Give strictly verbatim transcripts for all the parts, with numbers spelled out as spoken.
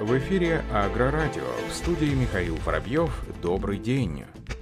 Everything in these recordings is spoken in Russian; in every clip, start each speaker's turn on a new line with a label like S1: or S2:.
S1: В эфире Агрорадио. В студии Михаил Воробьев. Добрый день.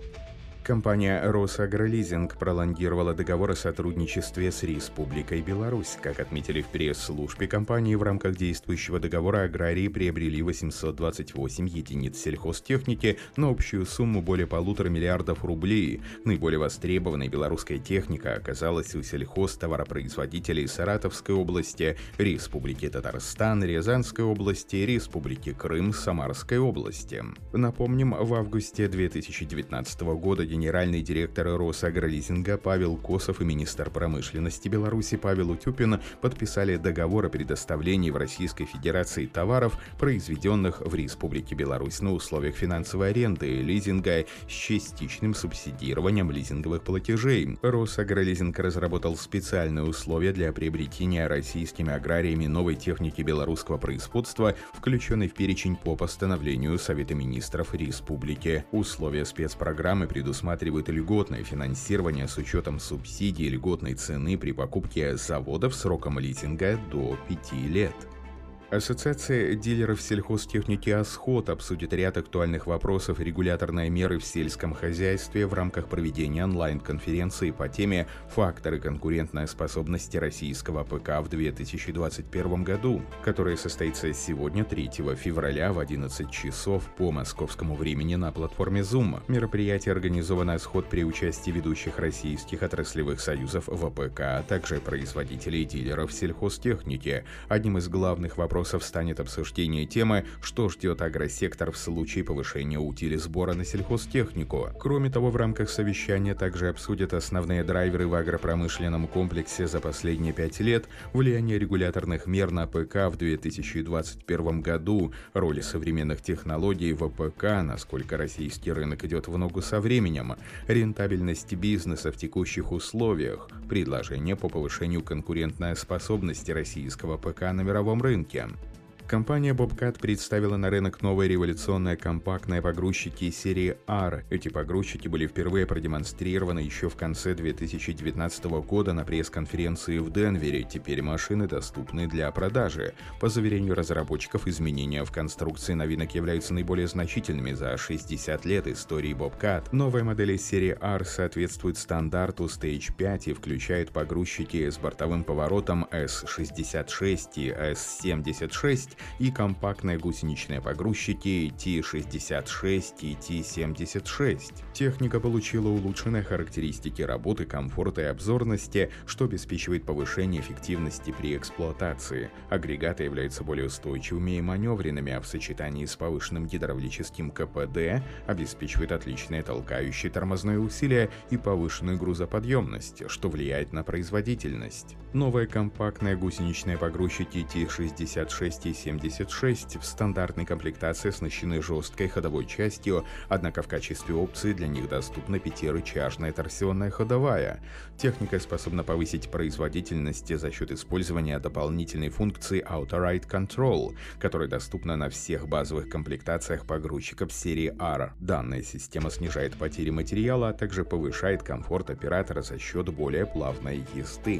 S1: Компания «Росагролизинг» пролонгировала договор о сотрудничестве с Республикой Беларусь. Как отметили в пресс-службе компании, в рамках действующего договора аграрии приобрели восемьсот двадцать восемь единиц сельхозтехники на общую сумму более полутора миллиардов рублей. Наиболее востребованной белорусская техника оказалась у сельхозтоваропроизводителей Саратовской области, Республики Татарстан, Рязанской области, Республики Крым, Самарской области. Напомним, в августе две тысячи девятнадцатого года генеральный директор Росагролизинга Павел Косов и министр промышленности Беларуси Павел Утюпин подписали договор о предоставлении в Российской Федерации товаров, произведенных в Республике Беларусь на условиях финансовой аренды и лизинга с частичным субсидированием лизинговых платежей. Росагролизинг разработал специальные условия для приобретения российскими аграриями новой техники белорусского производства, включенной в перечень по постановлению Совета министров Республики. Условия спецпрограммы предусматривают льготное финансирование с учетом субсидий и льготной цены при покупке заводов сроком лизинга до пяти лет. Ассоциация дилеров сельхозтехники «Асход» обсудит ряд актуальных вопросов регуляторной меры в сельском хозяйстве в рамках проведения онлайн-конференции по теме «Факторы конкурентной способности российского ПК в две тысячи двадцать первом году», которая состоится сегодня, третьего февраля в одиннадцать часов по московскому времени на платформе Zoom. Мероприятие организовано «Асход» при участии ведущих российских отраслевых союзов ВПК, а также производителей и дилеров сельхозтехники. Одним из главных вопросов станет обсуждение темы, что ждет агросектор в случае повышения утили сбора на сельхозтехнику. Кроме того, в рамках совещания также обсудят основные драйверы в агропромышленном комплексе за последние пять лет, влияние регуляторных мер на ПК в две тысячи двадцать первом году, роли современных технологий в ПК, насколько российский рынок идет в ногу со временем, рентабельность бизнеса в текущих условиях, предложения по повышению конкурентной способности российского ПК на мировом рынке. Компания Bobcat представила на рынок новые революционные компактные погрузчики серии R. Эти погрузчики были впервые продемонстрированы еще в конце две тысячи девятнадцатого года на пресс-конференции в Денвере. Теперь машины доступны для продажи. По заверению разработчиков, изменения в конструкции новинок являются наиболее значительными за шестьдесят лет истории Bobcat. Новые модели серии R соответствуют стандарту Stage пять и включают погрузчики с бортовым поворотом эс шестьдесят шесть и эс семьдесят шесть, и компактные гусеничные погрузчики ти шестьдесят шесть и ти семьдесят шесть. Техника получила улучшенные характеристики работы, комфорта и обзорности, что обеспечивает повышение эффективности при эксплуатации. Агрегаты являются более устойчивыми и маневренными, а в сочетании с повышенным гидравлическим КПД обеспечивает отличное толкающее тормозное усилие и повышенную грузоподъемность, что влияет на производительность. Новые компактные гусеничные погрузчики ти шестьдесят шесть и семьдесят шесть в стандартной комплектации оснащены жесткой ходовой частью, однако в качестве опции для них доступна пятирычажная торсионная ходовая. Техника способна повысить производительность за счет использования дополнительной функции Auto Ride Control, которая доступна на всех базовых комплектациях погрузчиков серии R. Данная система снижает потери материала, а также повышает комфорт оператора за счет более плавной езды.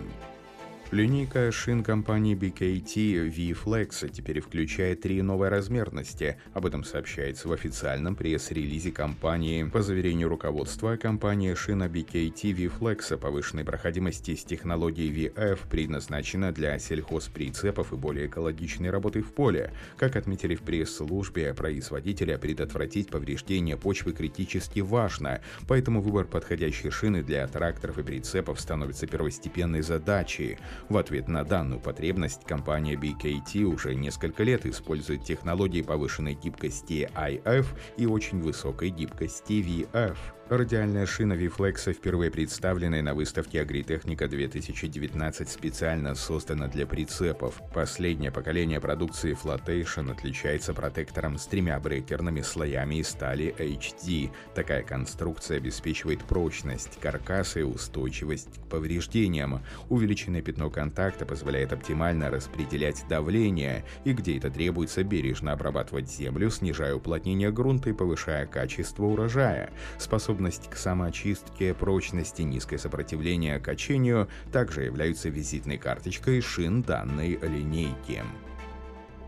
S1: Линейка шин компании би кей ти V-Flex теперь включает три новые размерности. Об этом сообщается в официальном пресс-релизе компании. По заверению руководства, компания шина би кей ти V-Flex повышенной проходимости с технологией ви эф предназначена для сельхозприцепов и более экологичной работы в поле. Как отметили в пресс-службе производителя, предотвратить повреждение почвы критически важно, поэтому выбор подходящей шины для тракторов и прицепов становится первостепенной задачей. В ответ на данную потребность компания би кей ти уже несколько лет использует технологии повышенной гибкости ай эф и очень высокой гибкости ви эф. Радиальная шина V-Flex, впервые представленная на выставке Агритехника две тысячи девятнадцать, специально создана для прицепов. Последнее поколение продукции Flotation отличается протектором с тремя брекерными слоями из стали эйч ди. Такая конструкция обеспечивает прочность каркаса и устойчивость к повреждениям. Увеличенное пятно контакта позволяет оптимально распределять давление и, где это требуется, бережно обрабатывать землю, снижая уплотнение грунта и повышая качество урожая. Способность к самоочистке, прочность и низкое сопротивление качению также являются визитной карточкой шин данной линейки.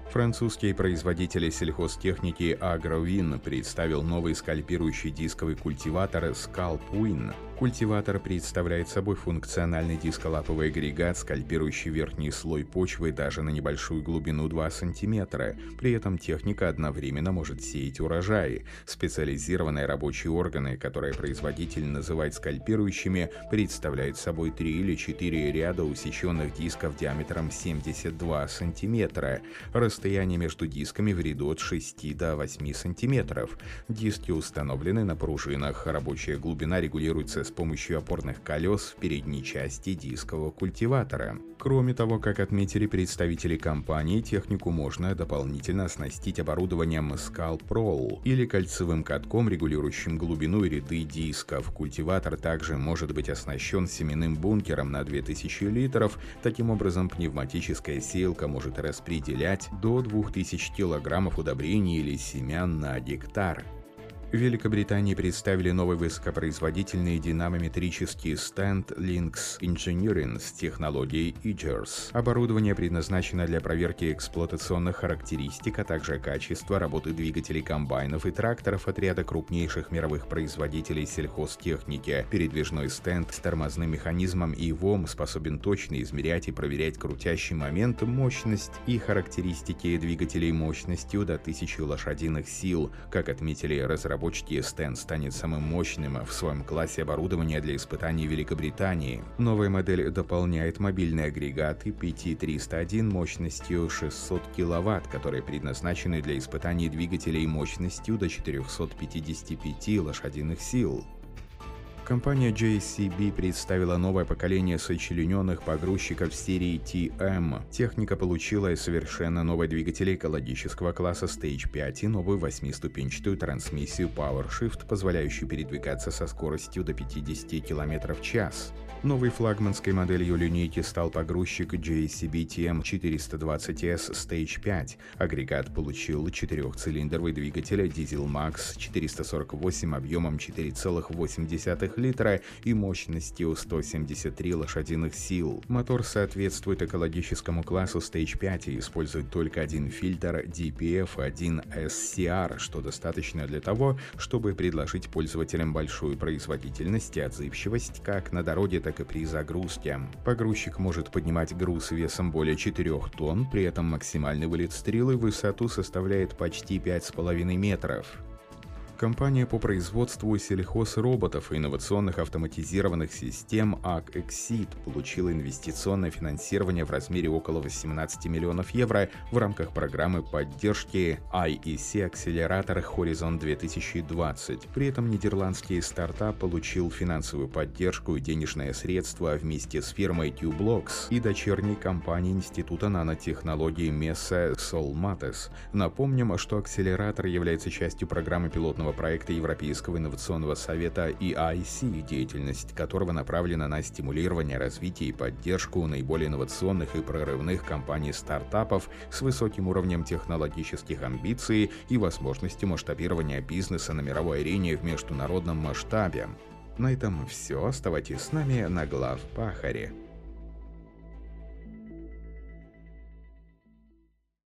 S1: Французский производитель сельхозтехники Agrovin представил новый скальпирующий дисковый культиватор ScalpWin. Культиватор представляет собой функциональный дисколаповый агрегат, скальпирующий верхний слой почвы даже на небольшую глубину два сантиметра. При этом техника одновременно может сеять урожаи. Специализированные рабочие органы, которые производитель называет скальпирующими, представляют собой три или четыре ряда усеченных дисков диаметром семьдесят два сантиметра. Расстояние между дисками в ряду от шести до восьми сантиметров. Диски установлены на пружинах. Рабочая глубина регулируется с помощью опорных колес в передней части дискового культиватора. Кроме того, как отметили представители компании, технику можно дополнительно оснастить оборудованием ScalpRoll или кольцевым катком, регулирующим глубину и ряды дисков. Культиватор также может быть оснащен семенным бункером на две тысячи литров. Таким образом, пневматическая сеялка может распределять до двух тысяч килограммов удобрений или семян на гектар. В Великобритании представили новый высокопроизводительный динамометрический стенд Lynx Engineering с технологией и джерс. Оборудование предназначено для проверки эксплуатационных характеристик, а также качества работы двигателей комбайнов и тракторов от ряда крупнейших мировых производителей сельхозтехники. Передвижной стенд с тормозным механизмом и ВОМ способен точно измерять и проверять крутящий момент, мощность и характеристики двигателей мощностью до тысячи лошадиных сил. Как отметили разработчики, стенд станет самым мощным в своем классе оборудования для испытаний в Великобритании. Новая модель дополняет мобильные агрегаты пи ти триста один мощностью шестьсот киловатт, которые предназначены для испытаний двигателей мощностью до четырехсот пятидесяти пяти лошадиных сил. Компания джей си би представила новое поколение сочлененных погрузчиков серии ти эм. Техника получила совершенно новый двигатель экологического класса Stage пять и новую восьмиступенчатую трансмиссию PowerShift, позволяющую передвигаться со скоростью до пятидесяти километров в час. Новой флагманской моделью линейки стал погрузчик джей си би ти эм четыреста двадцать эс Stage пять. Агрегат получил четырехцилиндровый двигатель Dieselmax четыреста сорок восемь объемом четыре целых восемь десятых литра и мощностью сто семьдесят три лошадиных сил. Мотор соответствует экологическому классу Stage пять и использует только один фильтр ди пи эф один эс си ар, что достаточно для того, чтобы предложить пользователям большую производительность и отзывчивость как на дороге, так и при загрузке. Погрузчик может поднимать груз весом более четырёх тонн, при этом максимальный вылет стрелы в высоту составляет почти пять с половиной метров. Компания по производству сельхозроботов и инновационных автоматизированных систем Ag-Exceed получила инвестиционное финансирование в размере около восемнадцати миллионов евро в рамках программы поддержки ай и си Accelerator Horizon две тысячи двадцать. При этом нидерландский стартап получил финансовую поддержку и денежные средства вместе с фирмой Tublox и дочерней компанией Института нанотехнологий Messe Solmates. Напомним, что акселератор является частью программы пилотного проекта Европейского инновационного совета и ай си, деятельность которого направлена на стимулирование, развитие и поддержку наиболее инновационных и прорывных компаний-стартапов с высоким уровнем технологических амбиций и возможностью масштабирования бизнеса на мировой арене в международном масштабе. На этом все. Оставайтесь с нами на Главпахаре.